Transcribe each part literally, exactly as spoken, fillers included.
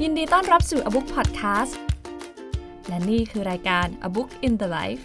ยินดีต้อนรับสู่ A Book Podcast และนี่คือรายการ A Book in the Life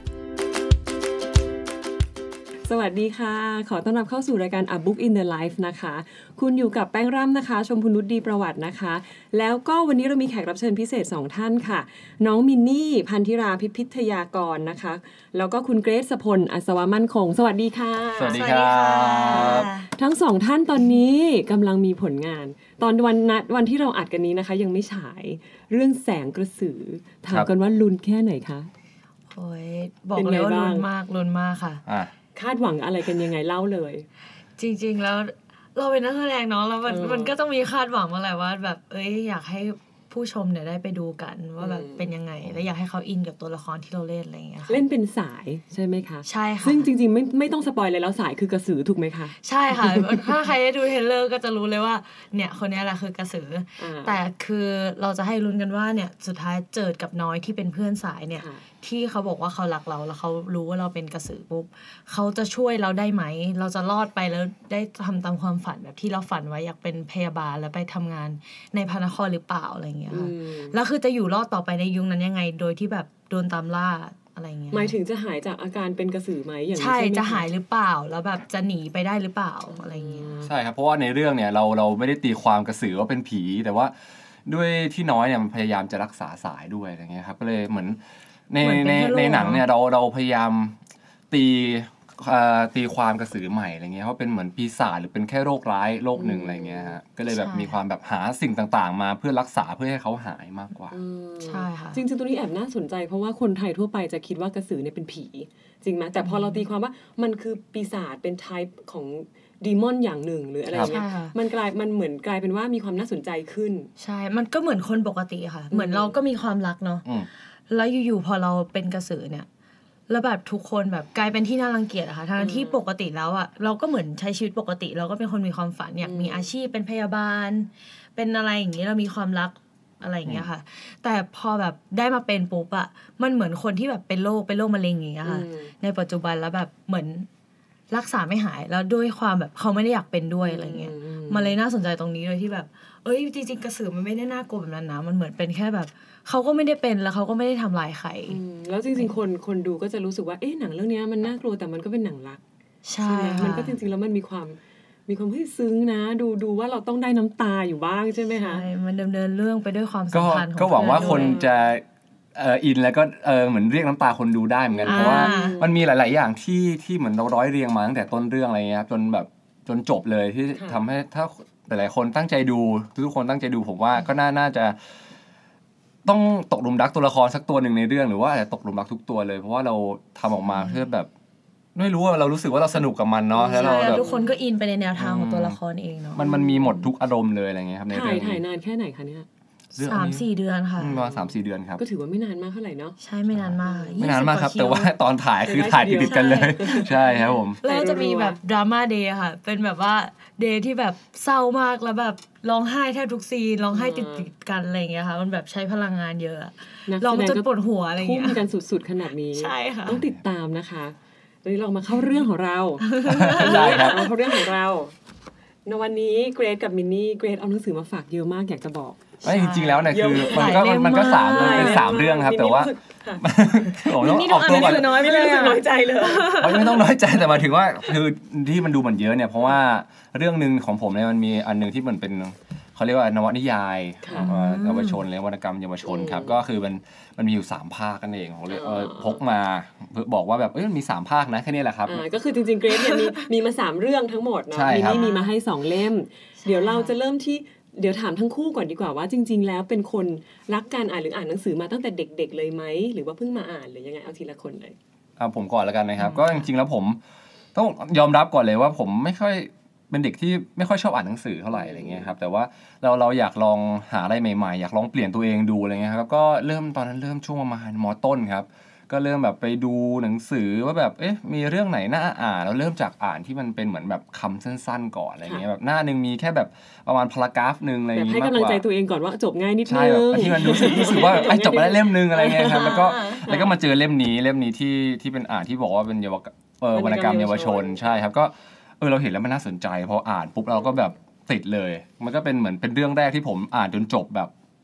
สวัสดีค่ะขอต้อนรับเข้าสู่รายการ A Book in the Life นะคะคุณอยู่กับแป้งร่ำนะคะชมพูนุชดีประวัตินะคะแล้วก็วันนี้เรามีแขกรับเชิญพิเศษสองท่านค่ะน้องมินนี่พันธิราพิพิธยากรนะคะแล้วก็คุณเกรซพลอัศวมั่นคงสวัสดีค่ะสวัสดีครับทั้งสองท่านตอนนี้กำลังมีผลงานตอนวันนัดวันที่เราอัดกันนี้นะคะยังไม่ฉายเรื่องแสงกระสือถามกันว่าลุ้นแค่ไหนคะโอ้ยบอกเลยว่าลุ้นมากลุ้นมากค่ะคาดหวังอะไรกันยังไงเล่าเลยจริงๆแล้วเราเป็นนักแสดงเนาะแล้วมันมันก็ต้องมีคาดหวังมาแหละว่าแบบเอ้ยอยากให้ผู้ชมเนี่ยได้ไปดูกันว่าแบบเป็นยังไงและอยากให้เขาอินกับตัวละครที่เราเล่นอะไรอย่างเงี้ยเล่นเป็นสายใช่ไหมคะใช่ค่ะซึ่งจริงๆไม่ไม่ต้องสปอยเลยแล้วสายคือกระสือถูกไหมคะใช่ค่ะ ถ้าใครได้ดูเทรลเลอร์ก็จะรู้เลยว่าเนี่ยคนนี้แหละคือกระสือแต่คือเราจะให้ลุ้นกันว่าเนี่ยสุดท้ายเจิดกับน้อยที่เป็นเพื่อนสายเนี่ยที่เขาบอกว่าเขารักเราแล้วเขารู้ว่าเราเป็นกระสือปุ๊บเขาจะช่วยเราได้ไหมเราจะรอดไปแล้วได้ทำตามความฝันแบบที่เราฝันไว้อยากเป็นพยาบาลแล้วไปทำงานในพระนครหรือเปล่าอะไรอย่างเงี้ยค่ะแล้วคือจะอยู่รอดต่อไปในยุคนั้นยังไงโดยที่แบบโดนตามล่าอะไรเงี้ยหมายถึงจะหายจากอาการเป็นกระสือไหมอย่างนี้ใช่จะหายหรือเปล่าแล้วแบบจะหนีไปได้หรือเปล่าอะไรเงี้ยใช่ครับเพราะว่าในเรื่องเนี่ยเราเราไม่ได้ตีความกระสือว่าเป็นผีแต่ว่าด้วยที่น้อยเนี่ยมันพยายามจะรักษาสายด้วยอะไรเงี้ยครับก็เลยเหมือนในในในหนังเนี่ยเราเราพยายามตีตีความกระสือใหม่อะไรเงี้ยว่าเป็นเหมือนปีศาจหรือเป็นแค่โรคร้ายโรคหนึ่งอะไรเงี้ยฮะก็เลยแบบมีความแบบหาสิ่งต่างๆมาเพื่อรักษาเพื่อให้เขาหายมากกว่าใช่ค่ะจริงๆตัวนี้แอบน่าสนใจเพราะว่าคนไทยทั่วไปจะคิดว่ากระสือเนี่ยเป็นผีจริงไหมแต่พอเราตีความว่ามันคือปีศาจเป็น type ของดีมอนอย่างหนึ่งหรืออะไรเงี้ยมันกลายมันเหมือนกลายเป็นว่ามีความน่าสนใจขึ้นใช่มันก็เหมือนคนปกติค่ะเหมือนเราก็มีความรักเนาะแล้วอยู่ๆพอเราเป็นกระสือเนี่ยแล้วแบบทุกคนแบบกลายเป็นที่น่ารังเกียจอะค่ะทั้งที่ปกติแล้วอะเราก็เหมือนใช้ชีวิตปกติเราก็เป็นคนมีความฝันอยากมีอาชีพเป็นพยาบาลเป็นอะไรอย่างนี้เรามีความรักอะไรอย่างเงี้ยค่ะแต่พอแบบได้มาเป็นปุ๊บอะมันเหมือนคนที่แบบเป็นโรคเป็นโรคมะเร็งอย่างเงี้ยค่ะในปัจจุบันแล้วแบบเหมือนรักษาไม่หายแล้วด้วยความแบบเขาไม่ได้อยากเป็นด้วยอะไรเงี้ยมันเลยน่าสนใจตรงนี้เลยที่แบบเอ้ยจริงๆกระสือมันไม่ได้น่ากลัวแบบนั้นนะมันเหมือนเป็นแค่แบบเขาก็ไม่ได้เป็นแล้วเขาก็ไม่ได้ทำลายใครแล้วจริงๆคนคนดูก็จะรู้สึกว่าเอ๊ะหนังเรื่องนี้มันน่ากลัวแต่มันก็เป็นหนังรักใช่มันก็จริงๆแล้วมันมีความมีความให้ซึ้งนะดูดูว่าเราต้องได้น้ำตาอยู่บ้างใช่ไหมคะใช่มันดำเนินเรื่องไปด้วยความสัมพันธ์ของก็หวังว่าคนจะเอ่ออินแล้วก็เออเหมือนเรียกน้ำตาคนดูได้เหมือนกันเพราะว่ามันมีหลายๆอย่างที่ที่เหมือนเราร้อยเรียงมาตั้งแต่ต้นเรื่องอะไรเงี้ยจนแบบจนจบเลยที่ทำให้ถ้าหลายๆคนตั้งใจดูทุกคนตั้งใจดูผมว่าก็น่าน่าจะต้องตกหลุมรักตัวละครสักตัวหนึ่งในเรื่องหรือว่าอาจจะตกหลุมรักทุกตัวเลยเพราะว่าเราทำออกมาเพื่อแบบไม่รู้ว่าเรารู้สึกว่าเราสนุกกับมันเนาะแล้วเราแบบทุกคนก็อินไปในแนวทางของตัวละครเองเนาะมันมันมีหมดทุกอารมณ์เลยอะไรเงี้ยครับในเรื่องถ่ายถ่ายนานแค่ไหนคะเนี่ยสามสี่เดือนค่ะประมาณ สามสี่ เดือนครับก็ถือว่าไม่นานมากเท่าไหร่เนาะใช่ไม่นานมากไม่นานมากครับแต่ว่าตอนถ่ายคือถ่ายติดๆกันเลยใช่ครับผมแล้วจะมีแบบดราม่าเดย์ค่ะเป็นแบบว่าเดย์ที่แบบเศร้ามากแล้วแบบร้องไห้แทบทุกซีนร้องไห้ติดๆกันอะไรอย่างเงี้ยค่ะมันแบบใช้พลังงานเยอะร้องจนปวดหัวอะไรอย่างเงี้ยทุ่มกันสุดๆขนาดนี้ใช่ค่ะต้องติดตามนะคะตอนนี้เรามาเข้าเรื่องของเราได้ครับเข้าเรื่องของเราในวันนี้เกรซกับมินนี่เกรซเอาหนังสือมาฝากเยอะมากอยากจะบอกไม่จริงๆแล้วเนี่ยคือมันก็มันก็สามเป็นสามเรื่องครับแต่ว่าผมต้องออกตัวก่อนน้อยไม่เลยน้อยใจเลยไม่ต้องน้อยใจแต่มาถึงว่าคือที่มันดูมันเยอะเนี่ยเพราะว่าเรื่องนึงของผมเนี่ยมันมีอันนึงที่มันเป็นเขาเรียกว่านวนิยายเยาวชนและวรรณกรรมเยาวชนครับก็คือมันมันมีอยู่สามภาคกันเองผมเลยพกมาบอกว่าแบบเอ้ยมันมีสามภาคนะแค่นี้แหละครับก็คือจริงๆเกรซเนี่ยมีมีมาสามเรื่องทั้งหมดเนาะมินนี่มีมาให้สองเล่มเดี๋ยวเราจะเริ่มที่เดี๋ยวถามทั้งคู่ก่อนดีกว่าว่าจริงๆแล้วเป็นคนรักการอ่านหรืออ่านหนังสือมาตั้งแต่เด็กๆเลยไหมหรือว่าเพิ่งมาอ่านหรือยังไงเอาทีละคนเลยเอาผมก่อนแล้วกันนะครับก็จริงๆแล้วผมต้องยอมรับก่อนเลยว่าผมไม่ค่อยเป็นเด็กที่ไม่ค่อยชอบอ่านหนังสือเท่าไหร่อะไรเงี้ยครับแต่ว่าเราเราอยากลองหาอะไรใหม่ๆอยากลองเปลี่ยนตัวเองดูอะไรเงี้ยครับก็เริ่มตอนนั้นเริ่มช่วงประมาณม.ต้นครับก็เริ่มแบบไปดูหนังสือว่าแบบเอ๊ะมีเรื่องไหนน่าอ่านแล้วเริ่มจากอ่านที่มันเป็นเหมือนแบบคำสั้นๆก่อนอะไรเงี้ยแบบหน้านึงมีแค่แบบประมาณพารากราฟนึงอะไรอย่างงี้มากกว่าให้กำลังใจตัวเองก่อนว่าจบง่ายนิดนึงใช่แบบที่มันรู้สึกรู้สึกว่าไอ้จบไปได้เล่มนึงอะไรเงี้ยครับแล้วก็แล้วก็มาเจอเล่มนี้เล่มนี้ที่ที่เป็นอ่านที่บอกว่าเป็นเยาวเออวรรณกรรมเยาวชนใช่ครับก็เออเราเห็นแล้วมันน่าสนใจพออ่านปุ๊บเราก็แบบติดเลยมันก็เป็นเหมือนเป็นเรื่องแรกที่ผมอ่านจนจบแบบ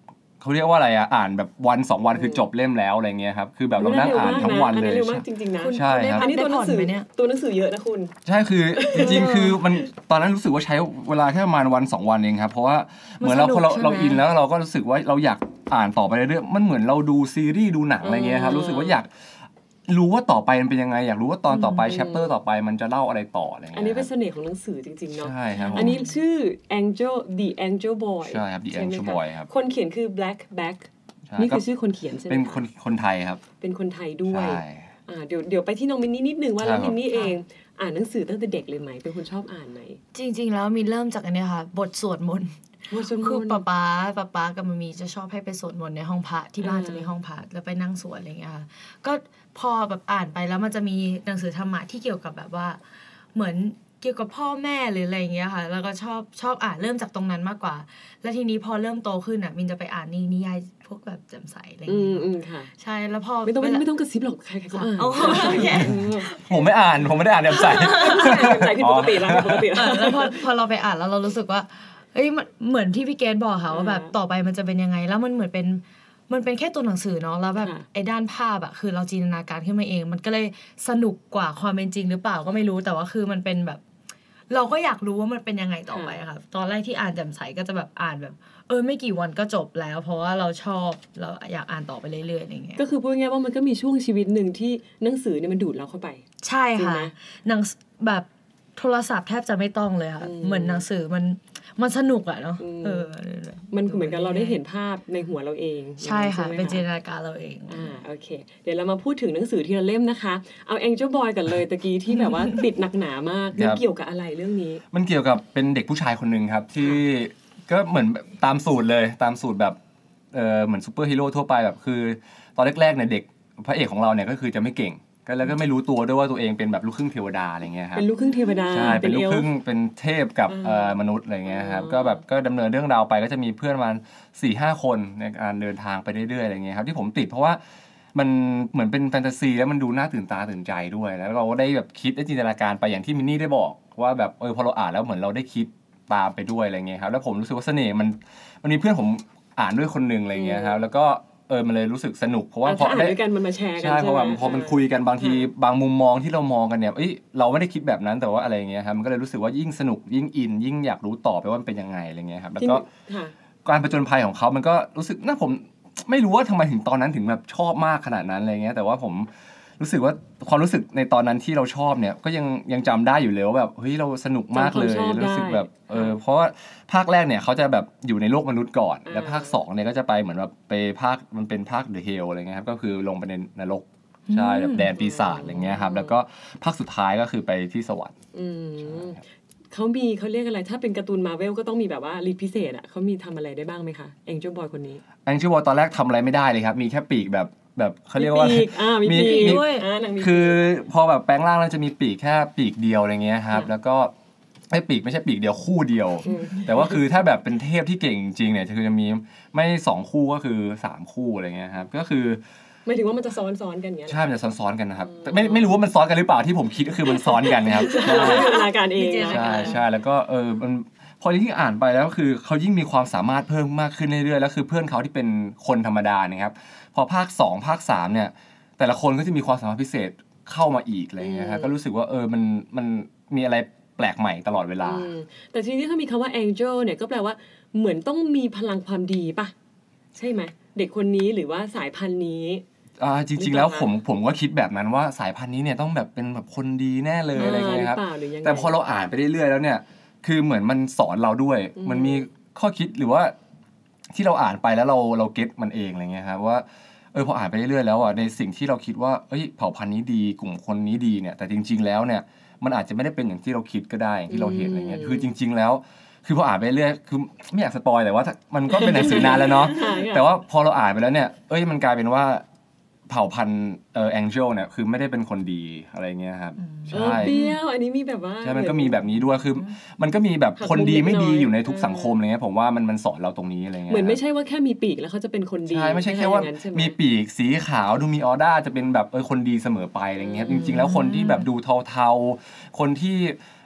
เขาเรียกว่าอะไรอ่ะอ่านแบบวันสองวันคือจบเล่มแล้วอะไรเงี้ยครับคือแบบเรานั่งอ่านทั้งวันเลยเร็วมากจริงๆนะใช่ครับอันนี้ตัวหนังสือตัวหนังสือเยอะนะคุณใช่คือจริงๆคือมันตอนนั้นรู้สึกว่าใช้เวลาแค่ประมาณวันสองวันเองครับเพราะว่าเหมือนเราพอเราเราอินแล้วเราก็รู้สึกว่าเราอยากอ่านต่อไปเรื่อยๆมันเหมือนเราดูซีรีส์ดูหนังอะไรเงี้ยครับรู้สึกว่าอยากรู้ว่าต่อไปมันเป็นยังไงอยากรู้ว่าตอนต่อไปแชปเตอร์ต่อไปมันจะเล่าอะไรต่ออะไรเงี้ยอันนี้เป็นเสน่ห์ของหนังสือจริงๆเนาะใช่ครับอันนี้ชื่อ Angel The Angel Boy ใช่ครับ The Angel Boy ครับคนเขียนคือ Black Back นี่คือชื่อคนเขียนใช่ไหมเป็นคนคนไทยครับเป็นคนไทยด้วยอ่าเดี๋ยวเดี๋ยวไปที่น้องมินนี่นิดนึงว่าแล้วมินนี่เองอ่านหนังสือตั้งแต่เด็กเลยไหมเป็นคนชอบอ่านไหมจริงๆแล้วมินเริ่มจากอันนี้ค่ะบทสวดมนต์คือป๊าป๊าป๊าป๊ากับมัมมี่จะชอบให้ไปสวดมนต์ในห้องพระที่บ้านจะมีห้องพระแล้วไปนั่งสวดอะไรอย่างเงี้ยค่ะก็พอแบบอ่านไปแล้วมันจะมีหนังสือธรรมะที่เกี่ยวกับแบบว่าเหมือนเกี่ยวกับพ่อแม่หรืออะไรอย่างเงี้ยค่ะแล้วก็ชอบชอบอ่านเริ่มจากตรงนั้นมากกว่าแล้วทีนี้พอเริ่มโตขึ้นอ่ะมินจะไปอ่านนิยายพวกแบบแจ่มใสอะไรอย่างเงี้ยอืมค่ะใช่แล้วพอไม่ต้องไม่ต้องกระซิบหรอกใครๆก็อ่านโอเคผมไม่อ่านผมไม่ได้อ่านแจ่มใสแจ่มใสคือปกติแล้วปกติแล้วพอพอเราไปอ่านแล้วเรารู้สึกว่าเอ้ยมันเหมือนที่พี่เกดบอกค่ะว่าแบบต่อไปมันจะเป็นยังไงแล้วมันเหมือนเป็นมันเป็นแค่ตัวหนังสือเนาะแล้วแบบไอ้ด้านภาพอะคือเราจินตนาการขึ้นมาเองมันก็เลยสนุกกว่าความเป็นจริงหรือเปล่าก็ไม่รู้แต่ว่าคือมันเป็นแบบเราก็อยากรู้ว่ามันเป็นยังไงต่อไปอะค่ะตอนแรกที่อ่านแจ่มใสก็จะแบบอ่านแบบเออไม่กี่วันก็จบแล้วเพราะว่าเราชอบเราอยากอ่านต่อไปเรื่อยๆอะไรเงี้ยก็คือพูดง่ายๆว่ามันก็มีช่วงชีวิตหนึ่งที่หนังสือเนี่ยมันดูดเราเข้าไปใช่ค่ะหนังแบบโทรศัพท์แทบจะไม่ต้องเลยค่ะเหมือนหนังสือมันมันสนุกอะเนาะเออมันเหมือนกับเราได้เห็นภาพในหัวเราเองใช่ค่ะเป็นจินตนาการเราเองอ่าโอเคเดี๋ยวเรามาพูดถึงหนังสือทีละเล่มนะคะเอา Angel Boy กันเลยตะกี้ที่แบบว่าติดหนักหนามากมันเกี่ยวกับอะไรเรื่องนี้มันเกี่ยวกับเป็นเด็กผู้ชายคนนึงครับที่ก็เหมือนตามสูตรเลยตามสูตรแบบเออเหมือนซูเปอร์ฮีโร่ทั่วไปแบบคือตอนแรกๆเนี่ยเด็กพระเอกของเราเนี่ยก็คือจะไม่เก่งก็แล้วก็ไม่รู้ตัวด้วยว่าตัวเองเป็นแบบลูกครึ่งเทวดาอะไรเงี้ยครับเป็นลูกครึ่งเทวดาใช่เป็นลูกครึ่งเป็นเทพกับเอ่อมนุษย์อะไรเงี้ยครับก็แบบก็ดำเนินเรื่องราวไปก็จะมีเพื่อนประมาณ สี่ห้า คนในการเดินทางไปเรื่อยๆอะไรเงี้ยครับที่ผมติดเพราะว่ามันเหมือนเป็นแฟนตาซีแล้วมันดูน่าตื่นตาตื่นใจด้วยแล้วเราได้แบบคิดได้จินตนาการไปอย่างที่มินนี่ได้บอกว่าแบบเออพอเราอ่านแล้วเหมือนเราได้คิดตามไปด้วยอะไรเงี้ยครับแล้วผมรู้สึกว่าเสน่ห์มันมันมีเพื่อนผมอ่านด้วยคนนึงอะไรเงี้ยครับแล้วก็เออมันเลยรู้สึกสนุกเพราะว่าพอได้ด้วยกันมันมาแชร์กันใช่เพราะว่าพอมันคุยกันบางทีบางมุมมองที่เรามองกันเนี่ยเอ้ยเราไม่ได้คิดแบบนั้นแต่ว่าอะไรเงี้ยครับมันก็เลยรู้สึกว่ายิ่งสนุกยิ่งอินยิ่งอยากรู้ต่อไปว่ามันเป็นยังไงอะไรเงี้ยครับแล้วก็การผจญภัยของเขามันก็รู้สึกน่าผมไม่รู้ว่าทำไมถึงตอนนั้นถึงแบบชอบมากขนาดนั้นอะไรเงี้ยแต่ว่าผมรู้สึกว่าความรู้สึกในตอนนั้นที่เราชอบเนี่ยก็ยังยังจำได้อยู่เลยว่าแบบเฮ้ยเราสนุกมากเลยรู้สึกแบบเออเพราะว่าภาคแรกเนี่ยเขาจะแบบอยู่ในโลกมนุษย์ก่อนแล้วภาคสองเนี่ยก็จะไปเหมือนแบบไปภาคมันเป็นภาค The Hell อะไรเงี้ยครับก็คือลงไปในนรกใช่แบบแดนปีศาจอะไรเงี้ยครับแล้วก็ภาคสุดท้ายก็คือไปที่สวรรค์เขามีเขาเรียกอะไรถ้าเป็นการ์ตูนมาร์เวลก็ต้องมีแบบว่าลีดพิเศษอ่ะเขามีทำอะไรได้บ้างไหมคะ Angel Boy คนนี้ Angel Boy ตอนแรกทำอะไรไม่ได้เลยครับมีแค่ปีกแบบแบบเขาเรียกว่ามีปีกด้วยคือพอแบบแปลงร่างแล้วจะมีปีกแค่ปีกเดียวอะไรเงี้ยครับแล้วก็ไอ้ปีกไม่ใช่ปีกเดียวคู่เดียวแต่ว่าคือถ้าแบบเป็นเทพที่เก่งจริงเนี่ยคือจะมีไม่สองคู่ก็คือสามคู่อะไรเงี้ยครับก็คือหมายถึงว่ามันจะซ้อนๆกันอย่างเงี้ยใช่มันจะซ้อนๆกันนะครับไม่ไม่รู้ว่ามันซ้อนกันหรือเปล่าที่ผมคิดก็คือมันซ้อนกันครับจินตนาการเองใช่ใช่แล้วก็เออมันพอยิ่งอ่านไปแล้วคือเขายิ่งมีความสามารถเพิ่มมากขึ้นเรื่อยๆแล้วคือเพื่อนเขาที่เป็นคนธรรมดานะครับพอภาคสองภาคสามเนี่ยแต่ละคนก็จะมีความสามารถพิเศษเข้ามาอีกอะไรเงี้ยครับก็รู้สึกว่าเออมันมันมีอะไรแปลกใหม่ตลอดเวลาแต่ทีนี้ถ้ามีคำว่า Angel เนี่ยก็แปลว่าเหมือนต้องมีพลังความดีป่ะใช่ไหมเด็กคนนี้หรือว่าสายพันธุ์นี้อ่าจริงๆแล้วผมผมก็คิดแบบนั้นว่าสายพันธุ์นี้เนี่ยต้องแบบเป็นแบบคนดีแน่เลยอะไรเงี้ยครับแต่พอเราอ่านไปเรื่อยๆแล้วเนี่ยคือเหมือนมันสอนเราด้วยมันมีข้อคิดหรือว่าที่เราอ่านไปแล้วเราเราเก็ตมันเองอะไรเงี้ยครับว่าเออพออ่านไปเรื่อยๆแล้วอ่ะในสิ่งที่เราคิดว่าเอ้ยเผ่าพันธุ์นี้ดีกลุ่มคนนี้ดีเนี่ยแต่จริงๆแล้วเนี่ยมันอาจจะไม่ได้เป็นอย่างที่เราคิดก็ได้อย่างที่เราเห็นอะไรเงี้ยคือจริงๆแล้วคือพออ่านไปเรื่อยคือไม่อยากสปอยแต่ว่ามันก็เป็นหนังสือนานแล้วเนาะแต่ว่าพอเราอ่านไปแล้วเนี่ยเอ้ยมันกลายเป็นว่าเผ่าพันธุ์เอ่อ Angel เนี่ยคือไม่ได้เป็นคนดีอะไรเงี้ยครับใช่เปี้ยวอันนี้มีแบบว่าใช่มันก็มีแบบนี้ด้วยคือมันก็มีแบบคนดีไม่ดีอยู่ในทุกสังคมอะไรเงี้ยผมว่ามันมันสอนเราตรงนี้อะไรเงี้ยเหมือนไม่ใช่ว่าแค่มีปีกแล้วเขาจะเป็นคนดีใช่ไม่ใช่แค่ว่ามีปีกสีขาวดูมีออร่าจะเป็นแบบเออคนดีเสมอไปอะไรเงี้ยจริงๆแล้วคนที่แบบดูเทาๆคนที่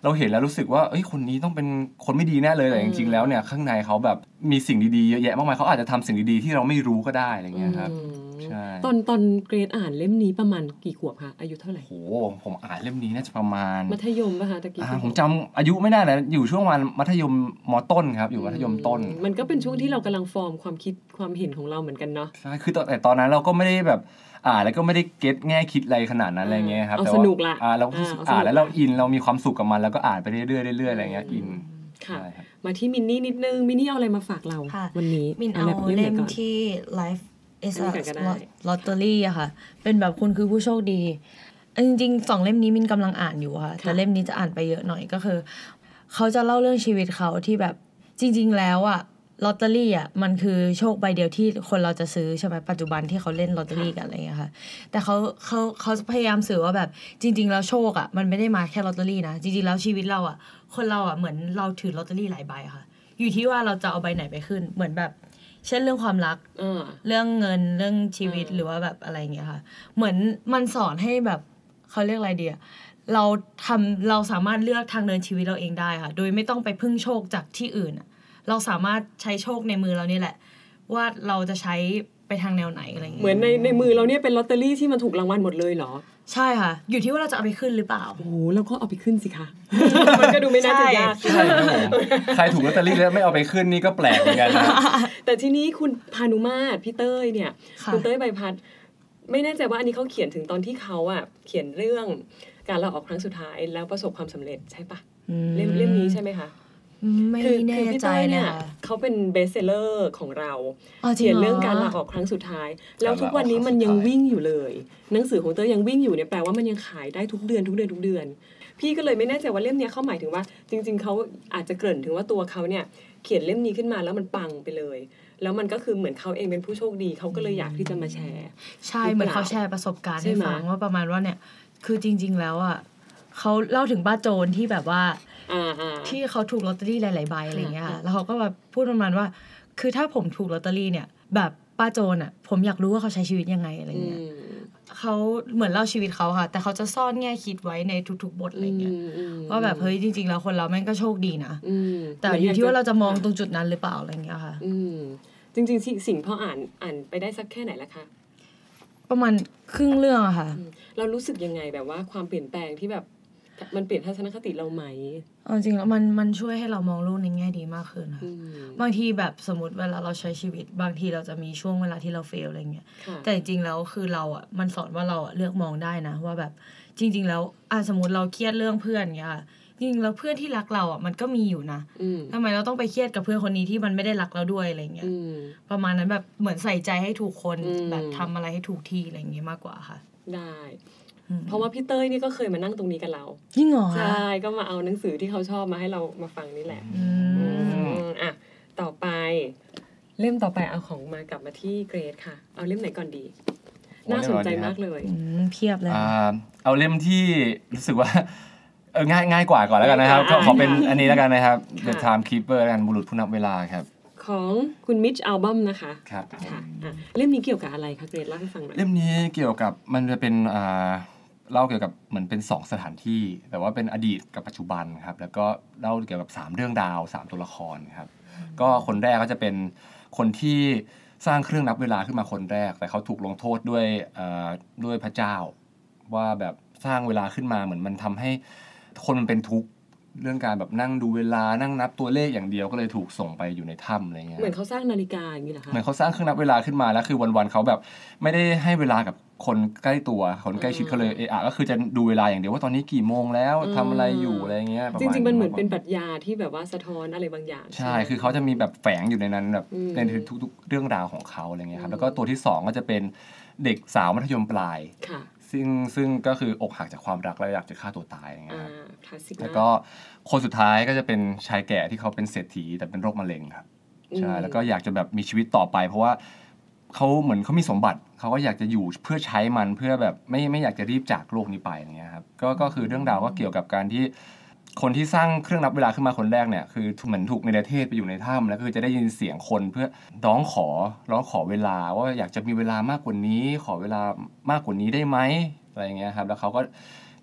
เราเห็นแล้วรู้สึกว่าเอ้ยคนนี้ต้องเป็นคนไม่ดีแน่เลยแต่จริงๆแล้วเนี่ยข้างในเขาแบบมีสิ่งดีๆเยอะแยะมากมายเขาอาจจะทำสิ่งดีๆที่เราไม่รู้ก็ได้อะไรเงี้ยครับใช่ตอนตอนเกรดอ่านเล่มนี้ประมาณกี่ขวบคะอายุเท่าไหร่โหผมอ่านเล่มนี้น่าจะประมาณมัธยมป่ะคะตะกี้ผมจำอายุไม่ได้แล้วอยู่ช่วงวันมัธยมม.ต้นครับอยู่มัธยมต้นมันก็เป็นช่วงที่เรากำลังฟอร์มความคิดความเห็นของเราเหมือนกันเนาะใช่คือแต่ตอนนั้นเราก็ไม่ได้แบบอ่านแล้วก็ไม่ได้เก็ตแง่คิดอะไรขนาดนั้นอะไรเงี้ยครับแต่ว่าสนุกละอ่าเราอ่านแล้วเราอินเรามีความสุขกับมันแล้วก็อ่านไปเรื่อยๆเรื่อยๆอะไรเงี้ยอินค่ะมาที่มินนี่นิดนึงมินนี่เอาอะไรมาฝากเราวันนี้มินเอาเล่มที่ Life is a Lottery อะค่ะเป็นแบบคุณคือผู้โชคดีจริงๆสองเล่มนี้มินกำลังอ่านอยู่ค่ะแต่เล่มนี้จะอ่านไปเยอะหน่อยก็คือเขาจะเล่าเรื่องชีวิตเขาที่แบบจริงๆแล้วอะลอตเตอรี่อ่ะมันคือโชคใบเดียวที่คนเราจะซื้อใช่ไหมปัจจุบันที่เขาเล่นลอตเตอรี่กันอะไรอย่างเงี้ยค่ะแต่เขาเขาเขาพยายามสื่อว่าแบบจริงๆแล้วโชคอ่ะมันไม่ได้มาแค่ลอตเตอรี่นะจริงๆแล้วชีวิตเราอ่ะคนเราอ่ะเหมือนเราถือลอตเตอรี่หลายใบค่ะอยู่ที่ว่าเราจะเอาใบไหนไปขึ้นเหมือนแบบเช่นเรื่องความรักเรื่องเงินเรื่องชีวิตหรือว่าแบบอะไรอย่างเงี้ยค่ะเหมือนมันสอนให้แบบเขาเรียกอะไรดีเราทำเราสามารถเลือกทางเดินชีวิตเราเองได้ค่ะโดยไม่ต้องไปพึ่งโชคจากที่อื่นเราสามารถใช้โชคในมือเรานี่แหละว่าเราจะใช้ไปทางแนวไหนอะไรอย่างเงี้ยเหมือนในในมือเราเนี่ยเป็นลอตเตอรี่ที่มันถูกรางวัลหมดเลยเหรอใช่ค่ะอยู่ที่ว่าเราจะเอาไปขึ้นหรือเปล่าโอ้โหแล้วก็เอาไปขึ้นสิคะมันก็ดูไม่น่าจะยากใช่ครับผมใครถูกลอตเตอรี่แล้วไม่เอาไปขึ้นนี่ก็แปลกเหมือนกันนะแต่ทีนี้คุณพานุมาตรพี่เต้ยเนี่ยคุณเต้ยใบพัดไม่แน่ใจว่าอันนี้เขาเขียนถึงตอนที่เขาอ่ะเขียนเรื่องการลาออกครั้งสุดท้ายแล้วประสบความสำเร็จใช่ปะเล่มเล่มนี้ใช่ไหมคะไม่แน่ใจเนี่ยเขาเป็นเบสเซลเลอร์ของเราเขียนเรื่องการลาออกครั้งสุดท้ายแล้วทุกวันนี้มันยังวิ่งอยู่เลยหนังสือของเต้ยยังวิ่งอยู่เนี่ยแปลว่ามันยังขายได้ทุกเดือนทุกเดือนทุกเดือนพี่ก็เลยไม่แน่ใจว่าเล่มนี้เขาหมายถึงว่าจริงๆเขาอาจจะเกริ่นถึงว่าตัวเขาเนี่ยเขียนเล่มนี้ขึ้นมาแล้วมันปังไปเลยแล้วมันก็คือเหมือนเขาเองเป็นผู้โชคดีเขาก็เลยอยากที่จะมาแชร์ใช่เหมือนเขาแชร์ประสบการณ์ให้ฟังว่าประมาณว่าเนี่ยคือจริงๆแล้วอ่ะเขาเล่าถึงป้าโจรที่แบบว่าที่เขาถูกลอตเตอรี่หลายๆใบอะไรเงี้ยแล้วเขาก็แบบพูดประมาณว่าคือถ้าผมถูกลอตเตอรี่เนี่ยแบบป้าโจรอ่ะผมอยากรู้ว่าเขาใช้ชีวิตยังไงอะไรเงี้ยเขาเหมือนเล่าชีวิตเขาค่ะแต่เขาจะซ่อนแง่คิดไว้ในทุกๆบทอะไรเงี้ยว่าแบบเฮ้ยจริงๆแล้วคนเราแม่งก็โชคดีนะแต่อยู่ที่ว่าเราจะมองตรงจุดนั้นหรือเปล่าอะไรเงี้ยค่ะจริงๆสิ่งพออ่านอ่านไปได้สักแค่ไหนละคะประมาณครึ่งเรื่องอะค่ะเรารู้สึกยังไงแบบว่าความเปลี่ยนแปลงที่แบบมันเปลี่ยนทัศนคติเราไหมจริงแล้วมันมันช่วยให้เรามองโลกในแง่ดีมากขึ้นค่ะบางทีแบบสมมติเวลาเราใช้ชีวิตบางทีเราจะมีช่วงเวลาที่เราเฟลอะไรเงี้ยแต่จริงๆแล้วคือเราอ่ะมันสอนว่าเราเลือกมองได้นะว่าแบบจริงๆแล้วอ่ะสมมติเราเครียดเรื่องเพื่อนเงี้ยจริงๆแล้วเพื่อนที่รักเราอ่ะมันก็มีอยู่นะทำไมเราต้องไปเครียดกับเพื่อนคนนี้ที่มันไม่ได้รักเราด้วยอะไรเงี้ยประมาณนั้นแบบเหมือนใส่ใจให้ถูกคนแบบทำอะไรให้ถูกที่อะไรเงี้ยมากกว่าค่ะได้เพราะว่าพี่เต้ยนี่ก็เคยมานั่งตรงนี้กับเราจริงเหรอใช่ก็มาเอาหนังสือที่เขาชอบมาให้เรามาฟังนี่แหละอืมอ่ะต่อไปเล่มต่อไปเอาของมากลับมาที่เกรดค่ะเอาเล่มไหนก่อนดีน่าสนใจมากเลยเพียบเลยอ่าเอาเล่มที่รู้สึกว่าเออง่ายง่ายกว่าก่อนแล้วกันนะครับก็ขอเป็นอันนี้แล้วกันนะครับ The Timekeeper กันบุรุษผู้นับเวลาครับของคุณมิชอัลบั้มนะคะครับค่ะเล่มนี้เกี่ยวกับอะไรคะเกรดเล่าให้ฟังหน่อยเล่มนี้เกี่ยวกับมันจะเป็นอ่าเล่าเกี่ยวกับเหมือนเป็นสองสถานที่แต่ว่าเป็นอดีตกับปัจจุบันครับแล้วก็เล่าเกี่ยวกับสามเรื่องราวสามตัวละครครับก็คนแรกก็จะเป็นคนที่สร้างเครื่องนับเวลาขึ้นมาคนแรกแต่เขาถูกลงโทษด้วยอ่าด้วยพระเจ้าว่าแบบสร้างเวลาขึ้นมาเหมือนมันทำให้คนมันเป็นทุกข์เรื่องการแบบนั่งดูเวลานั่งนับตัวเลขอย่างเดียวก็เลยถูกส่งไปอยู่ในถ้ำอะไรเงี้ยเหมือนเขาสร้างนาฬิกาอย่างนี้เหรอคะเหมือนเขาสร้างเครื่องนับเวลาขึ้นมาแล้วคือวันๆเขาแบบไม่ได้ให้เวลากับคนใกล้ตัวคนใกล้ชิดเขาเลยเออก็คือจะดูเวลาอย่างเดียวว่าตอนนี้กี่โมงแล้วทำอะไรอยู่อะไรเงี้ยจริงๆมันเหมือนเป็นปรัชญาที่แบบว่าสะท้อนอะไรบางอย่างใช่คือเขาจะมีแบบแฝงอยู่ในนั้นแบบในทุกๆเรื่องราวของเขาอะไรเงี้ยครับแล้วก็ตัวที่สองก็จะเป็นเด็กสาวมัธยมปลายซึ่งซึ่งก็คืออกหักจากความรักแล้วอยากจะฆ่าตัวตายอย่างเงี้ยแล้วก็คนสุดท้ายก็จะเป็นชายแก่ที่เขาเป็นเศรษฐีแต่เป็นโรคมะเร็งครับใช่แล้วก็อยากจะแบบมีชีวิตต่อไปเพราะว่าเขาเหมือนเขามีสมบัติเขาก็อยากจะอยู่เพื่อใช้มันเพื่อแบบไม่ไม่อยากจะรีบจากโลกนี้ไปอย่างเงี้ยครับก็ก็คือเรื่องราวก็เกี่ยวกับการที่คนที่สร้างเครื่องนับเวลาขึ้นมาคนแรกเนี่ยคือเหมือนถูกในประเทศไปอยู่ในถ้ำแล้วก็คือจะได้ยินเสียงคนเพื่อร้องขอร้องขอเวลาว่าอยากจะมีเวลามากกว่านี้ขอเวลามากกว่านี้ได้ไหมอะไรอย่างเงี้ยครับแล้วเขาก็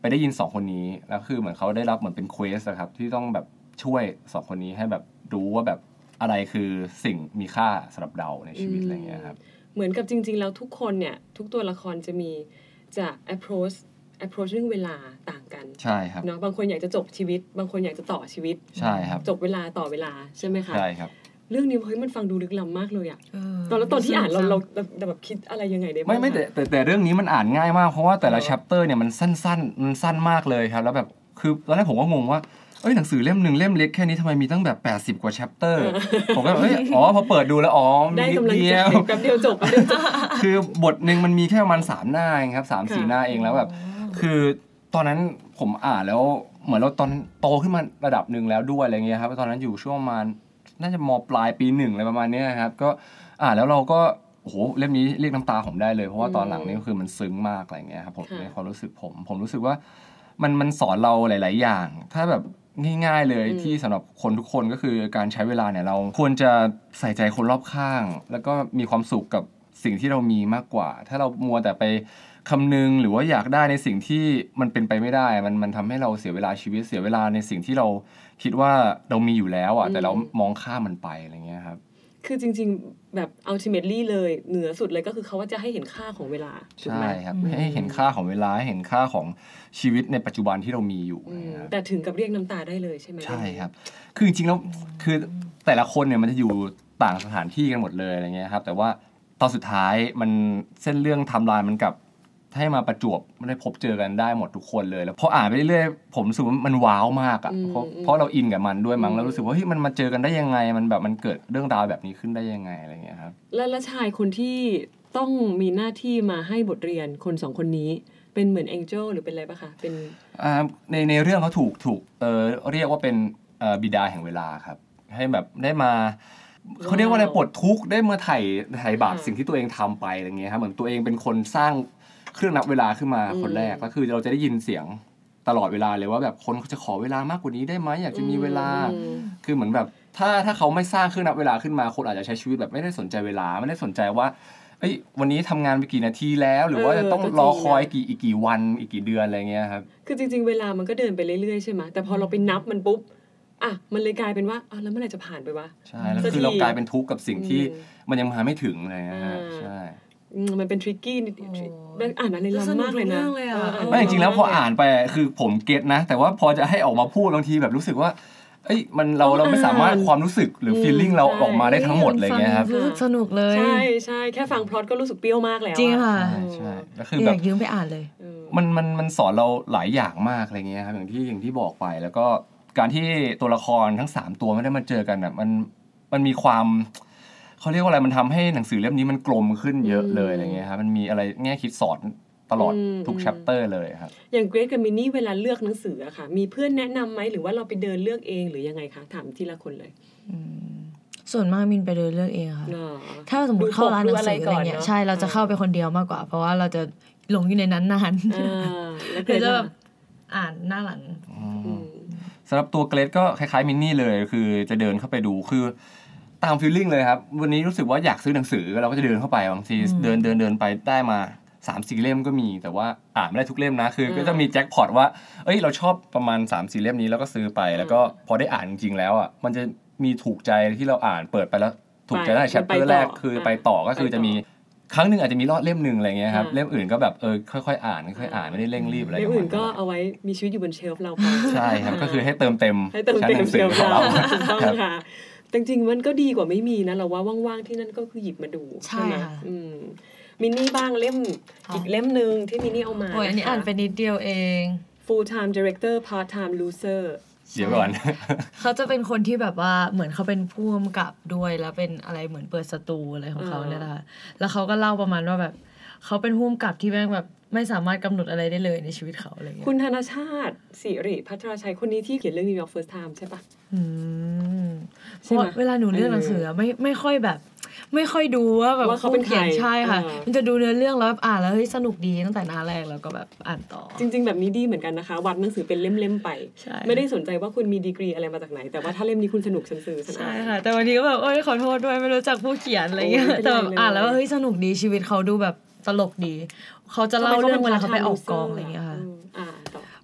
ไปได้ยินสองคนนี้แล้วคือเหมือนเขาได้รับเหมือนเป็นเควสครับที่ต้องแบบช่วยสองคนนี้ให้แบบรู้ว่าแบบอะไรคือสิ่งมีค่าสำหรับเราในชีวิตอะไรเงี้ยครับเหมือนกับจริงๆแล้วทุกคนเนี่ยทุกตัวละครจะมีจะ approach approach เรื่องเวลาต่างกันใช่ครับเนาะบางคนอยากจะจบชีวิตบางคนอยากจะต่อชีวิตใช่ครับจบเวลาต่อเวลาใช่ไหมคะใช่ครับเรื่องนี้เฮ้ยมันฟังดูลึกล้ำมากเลยอะตอนแล้วตอนที่อ่านเราเราแบบคิดอะไรยังไงได้บ้างไม่ไม่แต่แต่แต่เรื่องนี้มันอ่านง่ายมากเพราะว่าแต่ละ chapter เนี่ยมันสั้นๆมันสั้นมากเลยครับแล้วแบบคือตอนแรกผมก็งงว่าเอ้ยหนังสือเล่มนึงเล่มเล็กแค่นี้ทำไมมีตั้งแบบแปดสิบกว่า chapter ผมก็เอ้ยอ๋อพอเปิดดูแล้วอ๋อได้กำลังใจแป๊บเดียวจบคือบทนึงมันมีแค่ประมาณสามหน้าเองครับ สามสี่ หน้าเองแล้วแบบคือตอนนั้นผมอ่านแล้วเหมือนเราตอนโตขึ้นมาระดับนึงแล้วด้วยอะไรเงี้ยครับตอนนั้นอยู่ช่วงประมาณน่าจะม.ปลายปีหนึ่งอะไรประมาณนี้ครับก็อ่านแล้วเราก็โอ้โหเล่มนี้เรียกน้ำตาผมได้เลยเพราะว่าตอนหลังนี่คือมันซึ้งมากอะไรเงี้ยครับผมในความรู้สึกผมผมรู้สึกว่ามันมันสอนเราหลายๆอย่างถ้าแบบง่ายๆเลยที่สำหรับคนทุกคนก็คือการใช้เวลาเนี่ยเราควรจะใส่ใจคนรอบข้างแล้วก็มีความสุขกับสิ่งที่เรามีมากกว่าถ้าเรามัวแต่ไปคำนึงหรือว่าอยากได้ในสิ่งที่มันเป็นไปไม่ได้มันมันทำให้เราเสียเวลาชีวิตเสียเวลาในสิ่งที่เราคิดว่าเรามีอยู่แล้วอ่ะแต่เรามองข้ามมันไปอะไรเงี้ยครับคือจริงๆแบบ ultimately เลยเหนือสุดเลยก็คือเขาว่าจะให้เห็นค่าของเวลาใช่ครับให้เห็นค่าของเวลาให้เห็นค่าของชีวิตในปัจจุบันที่เรามีอยู่แต่ถึงกับเรียกน้ำตาได้เลยใช่ไหมใช่ครับคือจริงๆแล้วคือแต่ละคนเนี่ยมันจะอยู่ต่างสถานที่กันหมดเลยอะไรเงี้ยครับแต่ว่าตอนสุดท้ายมันเส้นเรื่องไทม์ไลน์มันกับให้มาประจวบไม่ได้พบเจอกันได้หมดทุกคนเลยแล้วพออ่านไปเรื่อยๆผมรู้สึกว่ามันว้าวมากอ่ะเพราะเพราะเราอินกับมันด้วยมั้งแล้วรู้สึกว่าเฮ้ยมันมาเจอกันได้ยังไงมันแบบมันเกิดเรื่องราวแบบนี้ขึ้นได้ยังไงอะไรเงี้ยครับแล้วชายคนที่ต้องมีหน้าที่มาให้บทเรียนคนสองคนนี้เป็นเหมือนแองเจิลหรือเป็นอะไรป่ะคะเป็นอ่าในในเรื่องเขาถูกถูกเออเรียกว่าเป็นเอ่อบิดาแห่งเวลาครับให้แบบได้มาเขาเรียกว่าอะไรปลดทุกข์ได้มาไถ่ไถ่บาปสิ่งที่ตัวเองทำไปอะไรเงี้ยครับเหมือนตัวเองเป็นคนสร้างเครื่องนับเวลาขึ้นมาคนแรกก็คือเราจะได้ยินเสียงตลอดเวลาเลยว่าแบบคนเขาจะขอเวลามากกว่านี้ได้ไหมอยากจะมีเวลาคือเหมือนแบบถ้าถ้าเขาไม่สร้างเครื่องนับเวลาขึ้นมาคนอาจจะใช้ชีวิตแบบไม่ได้สนใจเวลาไม่ได้สนใจว่าเอ้ยวันนี้ทำงานไปกี่นาทีแล้วหรือว่าจะต้องรอคอยกี่อีกกี่วันอีกกี่เดือนอะไรเงี้ยครับคือจริงๆเวลามันก็เดินไปเรื่อยๆใช่ไหมแต่พอเราไปนับมันปุ๊บอ่ะมันเลยกลายเป็นว่าอ่ะแล้วเมื่อไหร่จะผ่านไปวะใช่แล้วคือเรากลายเป็นทุกข์กับสิ่งที่มันยังมาไม่ถึงอะไรเงี้ยใช่มันเป็นทริกกี้อ่านอะไรล้ำมากเลยนะไม่จริงๆแล้วพออ่านไปคือผมเก็ตนะแต่ว่าพอจะให้ออกมาพูดบางทีแบบรู้สึกว่าเอ้ยมันเราเราไม่สามารถความรู้สึกหรือ feeling เราออกมาได้ทั้งหมดเลยเงี้ยครับรู้สึกสนุกเลยใช่ใช่แค่ฟังพล็อตก็รู้สึกเปรี้ยวมากแล้วจริงค่ะใช่แล้วคือแบบยืมไปอ่านเลยมันมันมันสอนเราหลายอย่างมากอะไรเงี้ยครับอย่างที่อย่างที่บอกไปแล้วก็การที่ตัวละครทั้งสามตัวไม่ได้มาเจอกันแบบมันมันมีความเขาเรียกว่าอะไรมันทำให้หนังสือเล่มนี้มันกลมขึ้นเยอะเลยอะไรเงี้ยครับมันมีอะไรแง่คิดสอนตลอดทุก chapter เลยครับอย่างเกรทกับมินนี่เวลาเลือกหนังสืออะค่ะมีเพื่อนแนะนำไหมหรือว่าเราไปเดินเลือกเองหรือยังไงคะถามทีละคนเลยส่วนมากมินไปเดินเลือกเองค่ะถ้าสมมติเข้าร้านหนังสืออะไรเงี้ยใช่เราจะเข้าไปคนเดียวมากกว่าเพราะว่าเราจะหลงอยู่ในนั้นนานแล้วก็จะแบบอ่านหน้าหลังสำหรับตัวเกรทก็คล้ายๆมินนี่เลยคือจะเดินเข้าไปดูคือตามฟีลลิ่งเลยครับวันนี้รู้สึกว่าอยากซื้อหนังสือเราก็จะเดินเข้าไปบางทีเดินเดินเดินไปได้มา สามสี่ เล่มก็มีแต่ว่าอ่านไม่ได้ทุกเล่มนะคือก็จะมีแจ็คพอตว่าเอ้ยเราชอบประมาณ สามสี่ เล่มนี้แล้วก็ซื้อไปแล้วก็พอได้อ่านจริงๆแล้วอ่ะมันจะมีถูกใจที่เราอ่านเปิดไปแล้วถูกใจได้แชปเตอร์แรกคือไปต่อก็คือจะมีครั้งนึงอาจจะมีรอดเล่มนึงอะไรเงี้ยครับเล่มอื่นก็แบบเออค่อยๆอ่านค่อยๆอ่านไม่ได้เร่งรีบอะไรเล่มอื่นก็เอาไว้มีชีวิตอยู่บนเชลฟ์เราใช่ครับก็คือให้เติมเต็มให้เติมเต็มเชลฟ์เราต้องค่ะจริงๆมันก็ดีกว่าไม่มีนะเราว่าว่างๆที่นั่นก็คือหยิบมาดูใช่ไหมมินนี่บ้างเล่มอีกเล่มนึงที่มินนี่เอามาโอ้ยอันนี้อ่านไปนิดเดียวเอง Full Time Director Part Time Loser เดี๋ยวก่อนเขาจะเป็นคนที่แบบว่าเหมือนเขาเป็นผู้กำกับด้วยแล้วเป็นอะไรเหมือนเปิดสตูอะไรของเขาเนี่ยแหละแล้วเขาก็เล่าประมาณว่าแบบเขาเป็นผู้กำกับที่แม่งแบบไม่สามารถกำหนดอะไรได้เลยในชีวิตเขาอะไรอย่างเงี้ยคุณธนชาติศิริพัทรชัยคนนี้ที่เขียนเรื่อง New York First Time ใช่ปะอืมเพราะเวลาหนูเลือกหนังสือไม่ไม่ค่อยแบบไม่ค่อยดูว่าแบบเขาเป็นใครใช่ค่ะมันจะดูเนื้อเรื่องแล้วอ่านแล้วเฮ้ยสนุกดีตั้งแต่หน้าแรกแล้วก็แบบอ่านต่อจริงๆแบบนี้ดีเหมือนกันนะคะวัดหนังสือเป็นเล่มๆไปไม่ได้สนใจว่าคุณมีดีกรีอะไรมาจากไหนแต่ว่าถ้าเล่มนี้คุณสนุกฉันซื้อใช่ค่ะแต่วันนี้ก็แบบโอ๊ยขอโทษด้วยไม่รู้จักผู้เขียนอะไรเงี้ยแต่แบบอ่านแล้วเฮ้ยสนุกดีชีวิตเขาดูแบบตลกดีเขาจะเล่าเรื่องเวลาเขาไปออกกองอะไรเงี้ยค่ะ